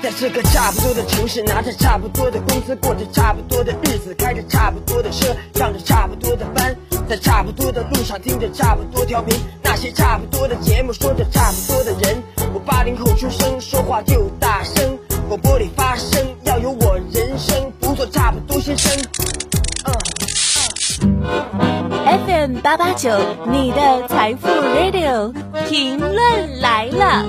在这个差不多的城市，拿着差不多的工资，过着差不多的日子，开着差不多的车，上着差不多的班，在差不多的路上听着差不多调频，那些差不多的节目，说着差不多的人。我80后出生，说话就大声，广播里发声，要有我人生，不做差不多先生。 FM 889，你的财富 Radio， 评论来了。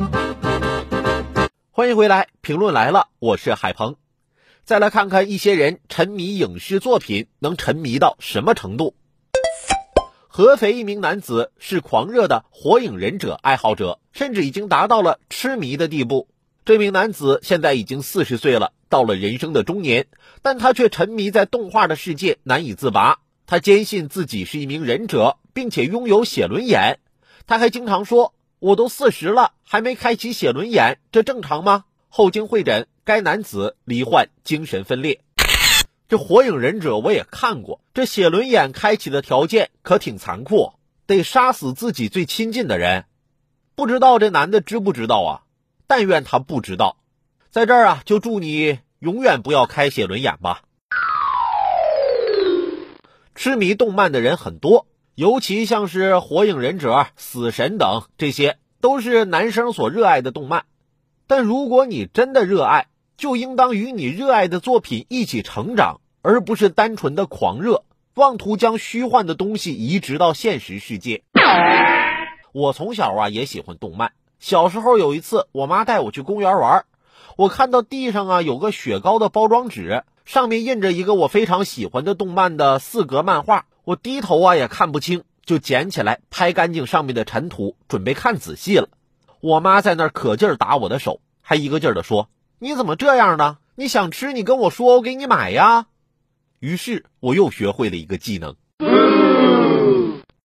欢迎回来，评论来了，我是海鹏。再来看看一些人沉迷影视作品能沉迷到什么程度。合肥一名男子是狂热的火影忍者爱好者，甚至已经达到了痴迷的地步。这名男子现在已经40岁了，到了人生的中年，但他却沉迷在动画的世界难以自拔。他坚信自己是一名忍者，并且拥有写轮眼。他还经常说，我都40了，还没开启写轮眼，这正常吗？后经会诊，该男子罹患精神分裂。这火影忍者我也看过，这写轮眼开启的条件可挺残酷，得杀死自己最亲近的人。不知道这男的知不知道啊？但愿他不知道。在这儿啊，就祝你永远不要开写轮眼吧。痴迷动漫的人很多，尤其像是火影忍者、死神等，这些都是男生所热爱的动漫。但如果你真的热爱，就应当与你热爱的作品一起成长，而不是单纯的狂热，妄图将虚幻的东西移植到现实世界。我从小啊也喜欢动漫，小时候有一次我妈带我去公园玩，我看到地上啊有个雪糕的包装纸，上面印着一个我非常喜欢的动漫的4格漫画，我低头啊也看不清，就捡起来拍干净上面的尘土，准备看仔细了。我妈在那儿可劲儿打我的手，还一个劲儿地说，你怎么这样呢？你想吃你跟我说，我给你买呀。于是我又学会了一个技能。